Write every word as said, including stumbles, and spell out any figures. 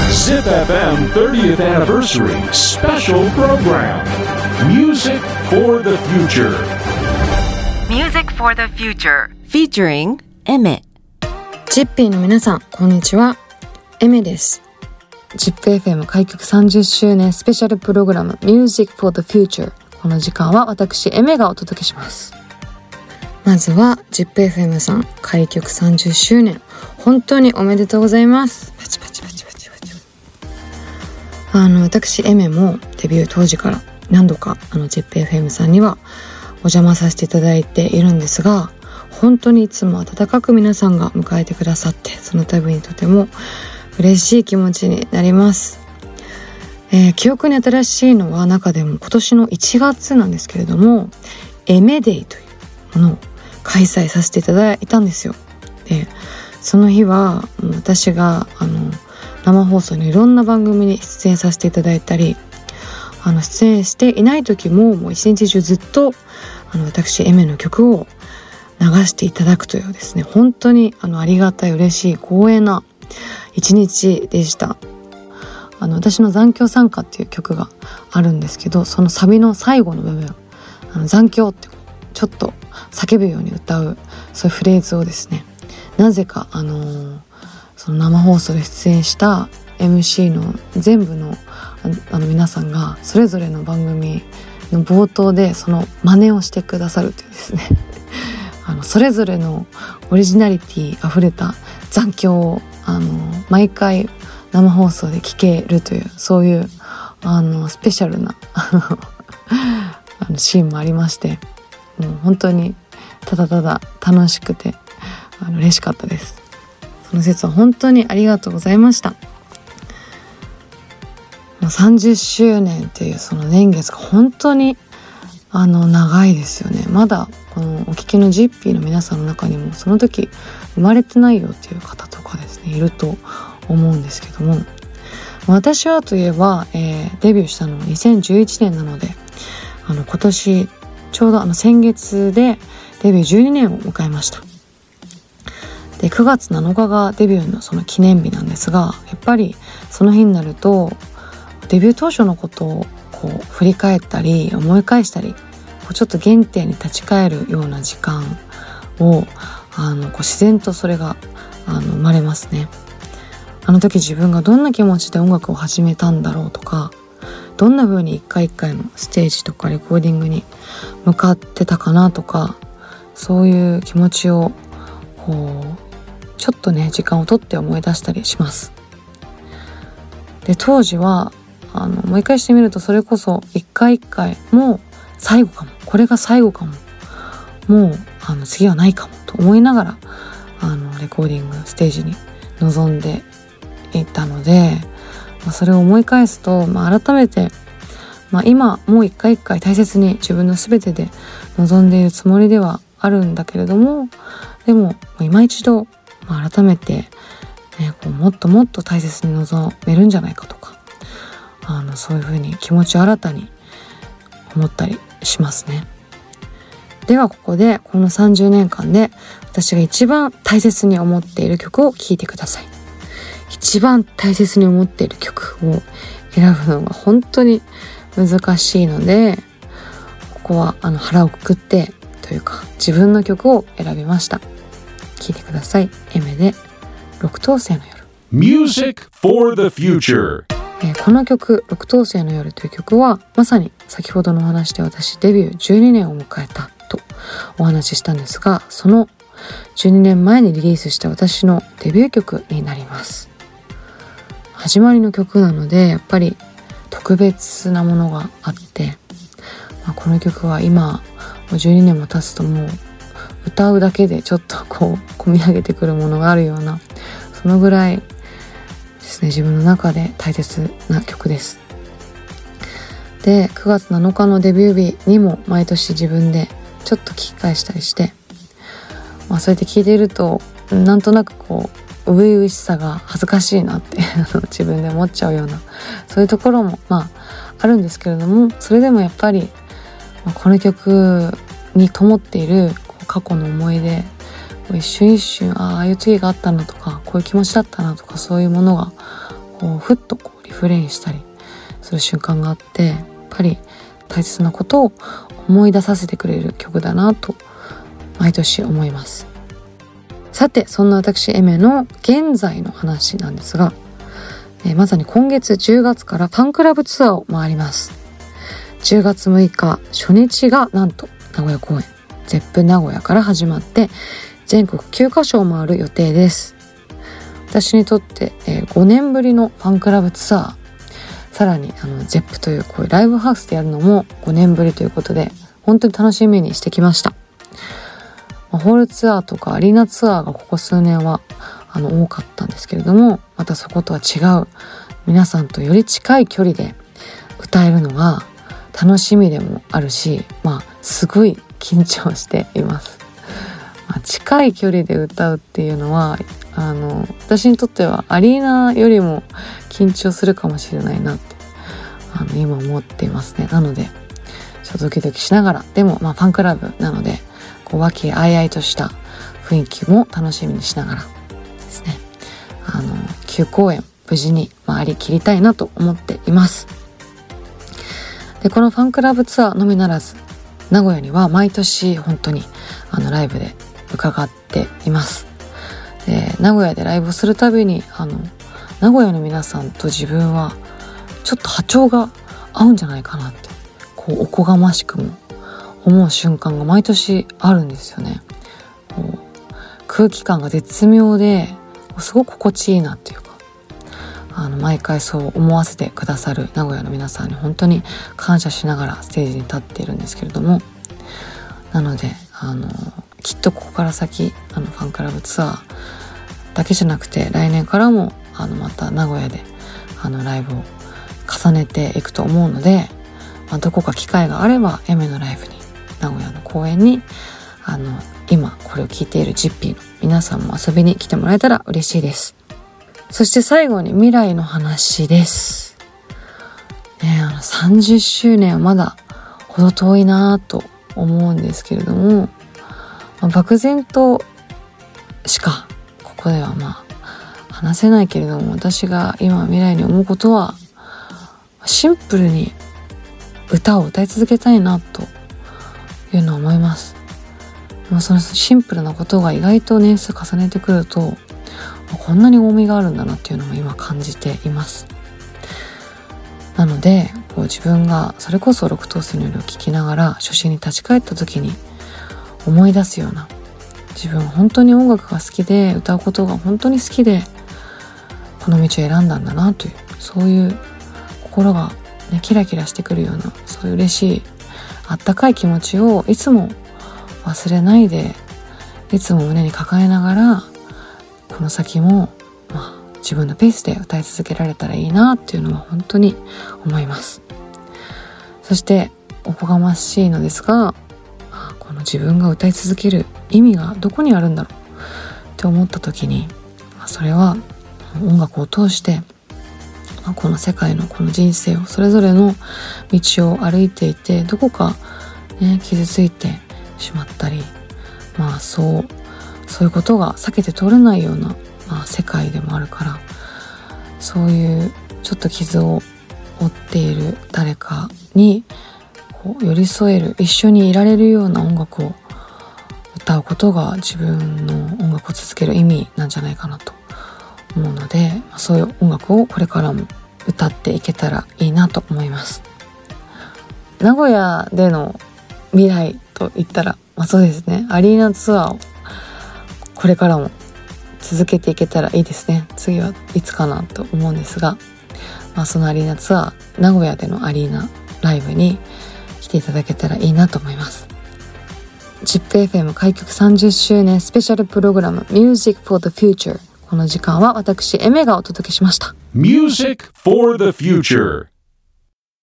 Zip エフエム thirtieth Anniversary Special Program Music for the Future Music for the Future featuring エメ。 ジッピーの皆さん、こんにちは。エメです。ジップ エフエム 開局さんじゅっしゅうねんスペシャルプログラム Music for the Future。この時間は私エメがお届けします。まずは ジップエフエム さん開局さんじゅっしゅうねん、本当におめでとうございます。パチパチパチパチパチ。あの私エメもデビュー当時から何度かあの ジップエフエム さんにはお邪魔させていただいているんですが、本当にいつも温かく皆さんが迎えてくださって、その度にとても嬉しい気持ちになります。えー、記憶に新しいのは中でも今年のいちがつなんですけれども、エメデイというものを開催させていただいたんですよ。で、その日はもう私があの生放送のいろんな番組に出演させていただいたり、あの出演していない時ももう一日中ずっとあの私エメの曲を流していただくというですね、本当にあのありがたい嬉しい光栄な一日でした。あの私の残響賛歌っていう曲があるんですけど、そのサビの最後の部分、あの残響ってちょっと叫ぶように歌うそういうフレーズをですね、なぜかあのー、その生放送で出演した エムシー の全部のあの皆さんがそれぞれの番組の冒頭でその真似をしてくださるというですねあのそれぞれのオリジナリティあふれた残響をあの毎回生放送で聴けるという、そういうあのスペシャルなあのシーンもありまして、もう本当にただただ楽しくてあの嬉しかったです。その節は本当にありがとうございました。もうさんじゅっしゅうねんというその年月が本当にあの長いですよね。まだこのお聞きのジッピーの皆さんの中にもその時生まれてないよっていう方とかですね、いると思うんですけども、私はといえば、えー、デビューしたのはにせんじゅういちねんなので、あの今年ちょうどあの先月でデビューじゅうにねんを迎えました。で、くがつなのかがデビューのその記念日なんですが、やっぱりその日になるとデビュー当初のことをこう振り返ったり思い返したり、こうちょっと原点に立ち返るような時間をあのこう自然とそれがあの生まれますね。あの時自分がどんな気持ちで音楽を始めたんだろうとか、どんな風に一回一回のステージとかレコーディングに向かってたかなとか、そういう気持ちをこうちょっとね時間をとって思い出したりします。で、当時はあの思い返してみると、それこそ一回一回もう最後かも、これが最後かも、もうあの次はないかもと思いながらあのレコーディングステージに臨んでいたので、まあ、それを思い返すと、まあ、改めて、まあ、今もう一回一回大切に自分の全てで臨んでいるつもりではあるんだけれども、でも今一度、まあ、改めて、ね、こうもっともっと大切に臨めるんじゃないかとか、あのそういうふうに気持ちを新たに思ったりしますね。ではここでこのさんじゅうねんかんで私が一番大切に思っている曲を聴いてください。一番大切に思っている曲を選ぶのが本当に難しいので、ここはあの腹をくくってというか自分の曲を選びました。聴いてください。エメで六等星の夜。 Music for the Future。 えー、この曲六等星の夜という曲はまさに先ほどのお話で私デビューじゅうにねんを迎えたとお話ししたんですが、そのじゅうにねんまえにリリースした私のデビュー曲になります。始まりの曲なのでやっぱり特別なものがあって、まあ、この曲は今じゅうにねんも経つともう歌うだけでちょっとこう込み上げてくるものがあるような、そのぐらいですね、自分の中で大切な曲です。で、くがつなのかのデビュー日にも毎年自分でちょっと聞き返したりして、まあ、そうやって聞いているとなんとなくこう初々しさが恥ずかしいなって自分で思っちゃうような、そういうところもまああるんですけれども、それでもやっぱり、まあ、この曲に灯っているこう過去の思い出、一瞬一瞬 あ, ああいう時があったなとか、こういう気持ちだったなとか、そういうものがこうふっとこうリフレインしたりする瞬間があって、やっぱり大切なことを思い出させてくれる曲だなと毎年思います。さて、そんな私エメの現在の話なんですが、えー、まさに今月じゅうがつからファンクラブツアーを回ります。じゅうがつむいか初日がなんと名古屋公演、ゼップ名古屋から始まって全国きゅうかしょを回る予定です。私にとって、えー、ごねんぶりのファンクラブツアー、さらにあの ゼップ というこういうライブハウスでやるのもごねんぶりということで、本当に楽しみにしてきました。まあ、ホールツアーとかアリーナツアーがここ数年はあの多かったんですけれども、またそことは違う皆さんとより近い距離で歌えるのが楽しみでもあるし、まあすごい緊張しています。まあ、近い距離で歌うっていうのはあの私にとってはアリーナよりも緊張するかもしれないなってあの今思っていますね。なのでちょっとドキドキしながら、でもまあファンクラブなのでこう和気あいあいとした雰囲気も楽しみにしながらですね、あのきゅうこうえん無事に回りきりたいなと思っています。で、このファンクラブツアーのみならず名古屋には毎年本当にあのライブで伺っています。で、名古屋でライブをするたびにあの名古屋の皆さんと自分はちょっと波長が合うんじゃないかなってこうおこがましくも思う瞬間が毎年あるんですよね。こう空気感が絶妙ですごく心地いいなっていうか、あの毎回そう思わせてくださる名古屋の皆さんに本当に感謝しながらステージに立っているんですけれども、なのであのきっとここから先あのファンクラブツアーだけじゃなくて来年からもあのまた名古屋であのライブを重ねていくと思うので、まあ、どこか機会があればエメのライブに名古屋の公演にあの今これを聞いているジッピーの皆さんも遊びに来てもらえたら嬉しいです。そして最後に未来の話です。ね、あのさんじゅっしゅうねんはまだほど遠いなと思うんですけれども、まあ、漠然としかここではまあ話せないけれども、私が今未来に思うことはシンプルに歌を歌い続けたいなというのを思います。もうそのシンプルなことが意外と年数重ねてくるとこんなに重みがあるんだなっていうのも今感じています。なのでこう自分がそれこそ六等星の夜を聞きながら初心に立ち返った時に思い出すような、自分は本当に音楽が好きで歌うことが本当に好きでこの道を選んだんだなという、そういう心が、ね、キラキラしてくるような、そういう嬉しいあったかい気持ちをいつも忘れないで、いつも胸に抱えながらこの先も、まあ、自分のペースで歌い続けられたらいいなっていうのは本当に思います。そしておこがましいのですが、この自分が歌い続ける意味がどこにあるんだろうって思った時に、それは音楽を通してこの世界のこの人生をそれぞれの道を歩いていて、どこか、ね、傷ついてしまったり、まあそうそういうことが避けて通れないような、まあ、世界でもあるから、そういうちょっと傷を負っている誰かにこう寄り添える、一緒にいられるような音楽を歌うことが自分の音楽を続ける意味なんじゃないかなと思うので、そういう音楽をこれからも歌っていけたらいいなと思います。名古屋での未来と言ったら、まあ、そうですね、アリーナツアーをこれからも続けていけたらいいですね。次はいつかなと思うんですが、まあ、そのアリーナツアー、名古屋でのアリーナライブに来ていただけたらいいなと思います。 ジップエフエム 開局さんじゅっしゅうねんスペシャルプログラム Music for the Future、 この時間は私エメがお届けしました。 Music for the Future